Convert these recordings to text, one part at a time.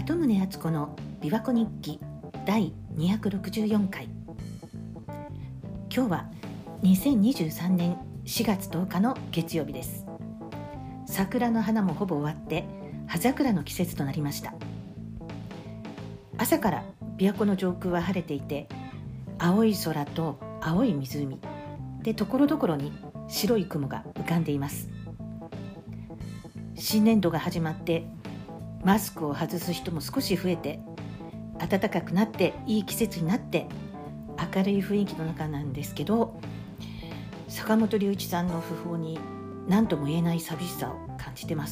鳩宗敦子の琵琶湖日記第264回。今日は2023年4月10日の月曜日です。桜の花もほぼ終わって葉桜の季節となりました。朝から琵琶湖の上空は晴れていて、青い空と青い湖で、ところどころに白い雲が浮かんでいます。新年度が始まってマスクを外す人も少し増えて、暖かくなっていい季節になって明るい雰囲気の中なんですけど、坂本龍一さんの訃報に何とも言えない寂しさを感じてます。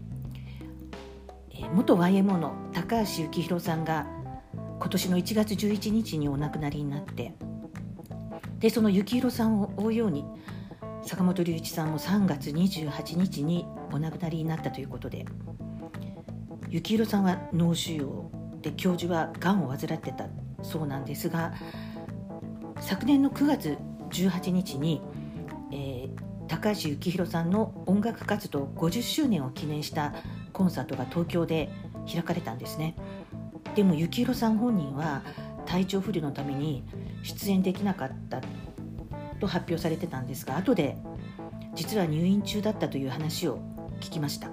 元 YMO の高橋幸宏さんが今年の1月11日にお亡くなりになって、でその幸宏さんを追うように坂本龍一さんも3月28日にお亡くなりになったということで、幸宏さんは脳腫瘍で、教授はがんを患ってたそうなんですが、昨年の9月18日に、高橋幸宏さんの音楽活動50周年を記念したコンサートが東京で開かれたんですね。でも幸宏さん本人は体調不良のために出演できなかったと発表されてたんですが、後で実は入院中だったという話を聞きました。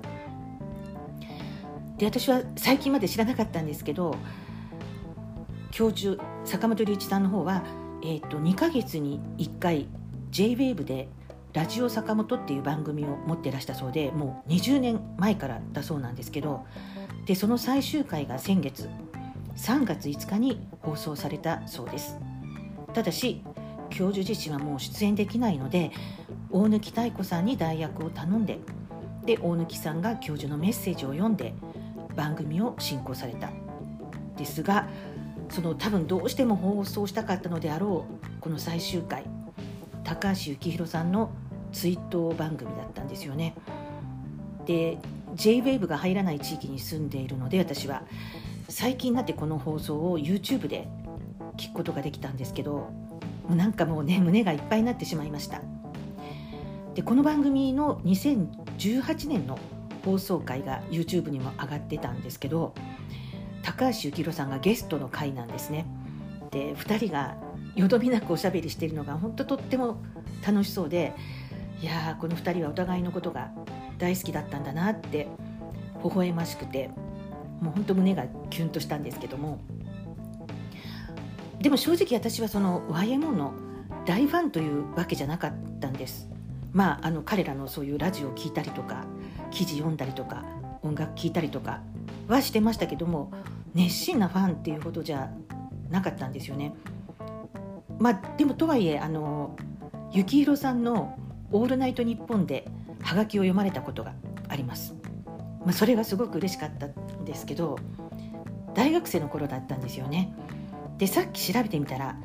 で、私は最近まで知らなかったんですけど、教授坂本龍一さんの方は、2ヶ月に1回 J-WAVE でラジオ坂本っていう番組を持ってらしたそうで、もう20年前からだそうなんですけど、でその最終回が先月3月5日に放送されたそうです。ただし教授自身はもう出演できないので、大貫妙子さんに代役を頼んで、で大貫さんが教授のメッセージを読んで番組を進行されたですが、その多分どうしても放送したかったのであろうこの最終回、高橋幸宏さんの追悼番組だったんですよね。で J-WAVE が入らない地域に住んでいるので、私は最近になってこの放送を YouTube で聞くことができたんですけど、もうなんかもうね、胸がいっぱいになってしまいました。でこの番組の2018年の放送回が YouTube にも上がってたんですけど、高橋幸宏さんがゲストの回なんですね。で2人がよどみなくおしゃべりしているのが本当とっても楽しそうで、いやこの2人はお互いのことが大好きだったんだなって微笑ましくて、もう本当胸がキュンとしたんですけども、でも正直私はその YMO の大ファンというわけじゃなかったんです。彼らのそういうラジオを聞いたりとか、記事読んだりとか、音楽聴いたりとかはしてましたけども、熱心なファンっていうほどじゃなかったんですよね。でもとはいえ幸宏さんのオールナイトニッポンでハガキを読まれたことがあります。それがすごく嬉しかったんですけど、大学生の頃だったんですよね。でさっき調べてみたら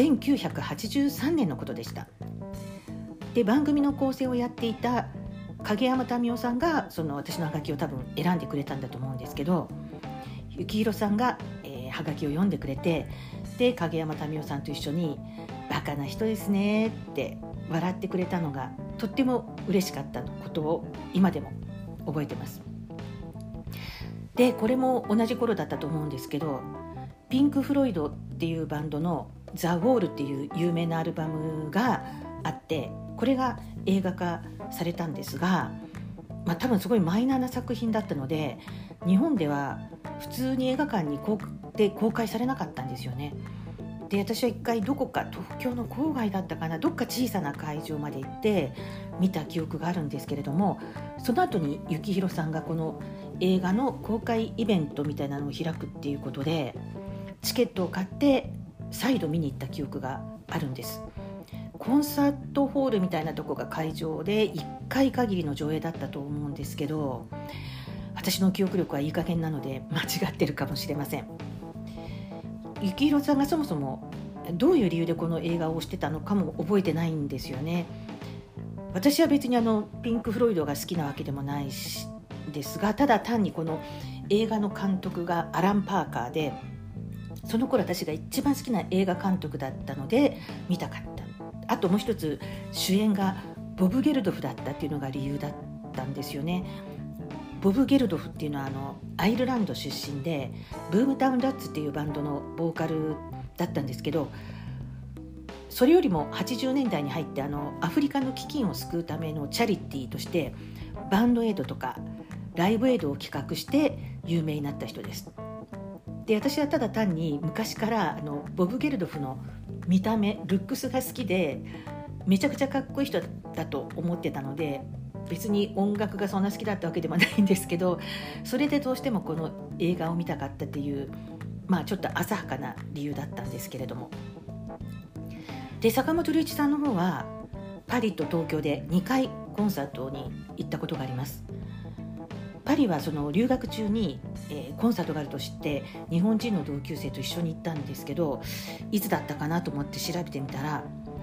1983年のことでした。で番組の構成をやっていた影山民生さんがその私のハガキを多分選んでくれたんだと思うんですけど、幸宏さんが、ハガキを読んでくれて、で影山民生さんと一緒にバカな人ですねって笑ってくれたのがとっても嬉しかったことを今でも覚えてます。でこれも同じ頃だったと思うんですけど、ピンク・フロイドっていうバンドのザ・ウォールっていう有名なアルバムがあって、これが映画化されたんですが、多分すごいマイナーな作品だったので、日本では普通に映画館にで公開されなかったんですよね。で私は一回どこか東京の郊外だったかな、どっか小さな会場まで行って見た記憶があるんですけれども、その後に幸宏さんがこの映画の公開イベントみたいなのを開くっていうことでチケットを買って再度見に行った記憶があるんです。コンサートホールみたいなとこが会場で1回限りの上映だったと思うんですけど、私の記憶力はいい加減なので間違ってるかもしれません。幸宏さんがそもそもどういう理由でこの映画をしてたのかも覚えてないんですよね。私は別にピンク・フロイドが好きなわけでもないしですが、ただ単にこの映画の監督がアラン・パーカーで、その頃私が一番好きな映画監督だったので見たかった。あともう一つ主演がボブ・ゲルドフだったっていうのが理由だったんですよね。 ボブ・ゲルドフっていうのはアイルランド出身でブームタウン・ラッツっていうバンドのボーカルだったんですけど、それよりも80年代に入ってアフリカの飢饉を救うためのチャリティーとしてバンドエイドとかライブエイドを企画して有名になった人です。で、私はただ単に昔からボブ・ゲルドフの見た目ルックスが好きでめちゃくちゃかっこいい人だと思ってたので、別に音楽がそんな好きだったわけでもないんですけど、それでどうしてもこの映画を見たかったっていう、ちょっと浅はかな理由だったんですけれども。で、坂本龍一さんの方はパリと東京で2回コンサートに行ったことがあります。パリはその留学中に、コンサートがあると知って日本人の同級生と一緒に行ったんですけど、いつだったかなと思って調べてみたら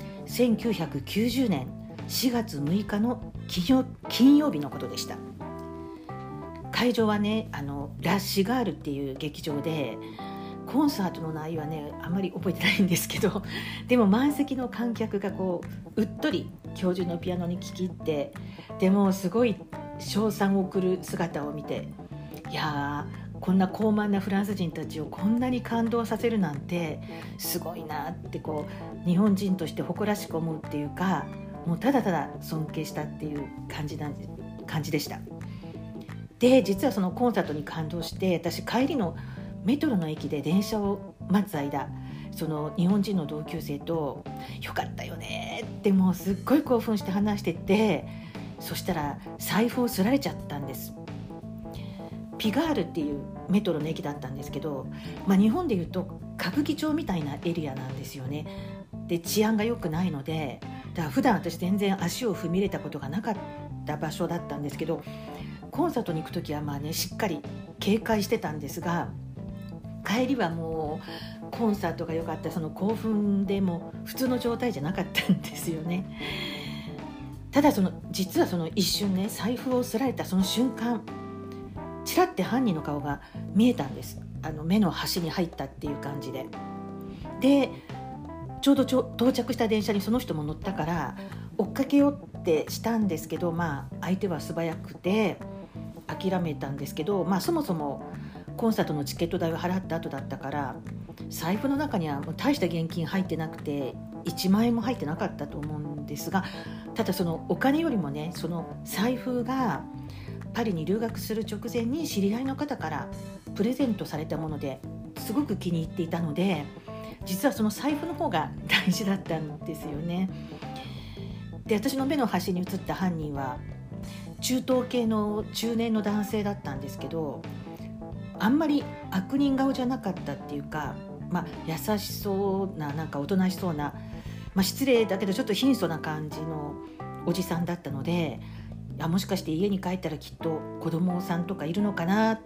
1990年4月6日の金曜日のことでした。会場はねラ・シガールっていう劇場で、コンサートの内容はねあんまり覚えてないんですけど、でも満席の観客がうっとり教授のピアノに聴き入って、でもすごい称賛を送る姿を見て、いやー、こんな高慢なフランス人たちをこんなに感動させるなんてすごいなって日本人として誇らしく思うっていうか、もうただただ尊敬したっていう感じでした。で、実はそのコンサートに感動して、私帰りのメトロの駅で電車を待つ間、その日本人の同級生とよかったよねってもうすっごい興奮して話してて、そしたら財布をすられちゃったんです。ピガールっていうメトロの駅だったんですけど、日本でいうと歌舞伎町みたいなエリアなんですよね。で、治安が良くないので、だから普段私全然足を踏み入れたことがなかった場所だったんですけど、コンサートに行くときはしっかり警戒してたんですが、帰りはもうコンサートが良かった、その興奮でも普通の状態じゃなかったんですよね。ただ実はその一瞬ね、財布をすられたその瞬間、ちらって犯人の顔が見えたんです。目の端に入ったっていう感じで。で、ちょうど到着した電車にその人も乗ったから追っかけようってしたんですけど、相手は素早くて諦めたんですけど、そもそもコンサートのチケット代を払った後だったから、財布の中には大した現金入ってなくて1万円も入ってなかったと思うんですが、ただそのお金よりもね、その財布がパリに留学する直前に知り合いの方からプレゼントされたものですごく気に入っていたので、実はその財布の方が大事だったんですよね。で、私の目の端に映った犯人は中東系の中年の男性だったんですけど、あんまり悪人顔じゃなかったっていうか、優しそうな、なんかおとなしそうな、失礼だけどちょっと貧相な感じのおじさんだったので、もしかして家に帰ったらきっと子供さんとかいるのかなって、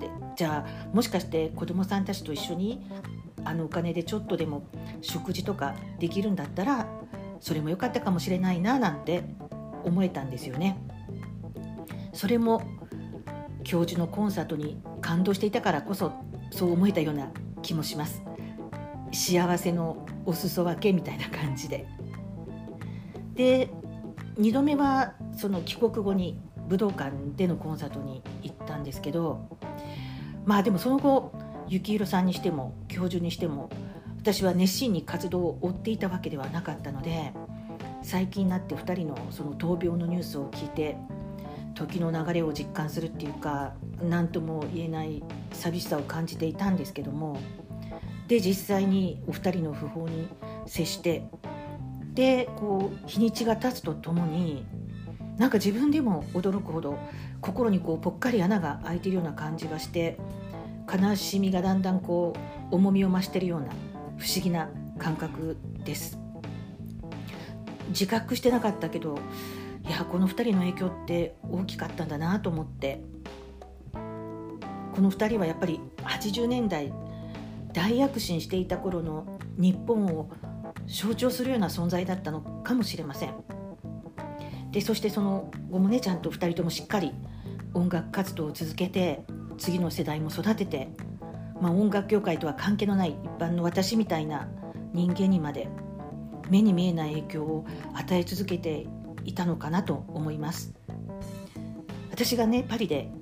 じゃあもしかして子供さんたちと一緒にお金でちょっとでも食事とかできるんだったらそれも良かったかもしれないななんて思えたんですよね。それも教授のコンサートに感動していたからこそそう思えたような気もします。幸せのお裾分けみたいな感じで。で、2度目はその帰国後に武道館でのコンサートに行ったんですけど、でもその後幸宏さんにしても教授にしても私は熱心に活動を追っていたわけではなかったので、最近になって2人のその闘病のニュースを聞いて時の流れを実感するっていうか、何とも言えない寂しさを感じていたんですけども、で実際にお二人の訃報に接して、で日にちが経つとともになんか自分でも驚くほど心にぽっかり穴が開いているような感じがして、悲しみがだんだん重みを増しているような不思議な感覚です。自覚してなかったけど、いやこの2人の影響って大きかったんだなと思って、この2人はやっぱり80年代大躍進していた頃の日本を象徴するような存在だったのかもしれません。でそしてその後もね、ちゃんと2人ともしっかり音楽活動を続けて次の世代も育てて、音楽業界とは関係のない一般の私みたいな人間にまで目に見えない影響を与え続けていたのかなと思います。私がねパリで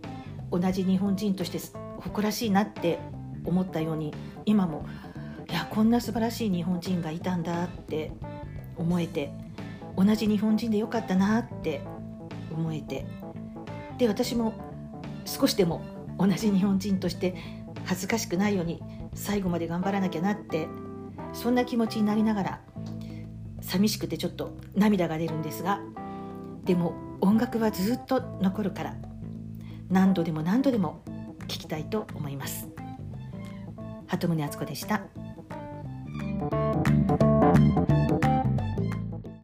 同じ日本人として誇らしいなって思ったように、今もいやこんな素晴らしい日本人がいたんだって思えて、同じ日本人でよかったなって思えて、で私も少しでも同じ日本人として恥ずかしくないように最後まで頑張らなきゃなって、そんな気持ちになりながら、寂しくてちょっと涙が出るんですが、でも音楽はずっと残るから、何度でも何度でも聴きたいと思います。鳩宗敦子でした。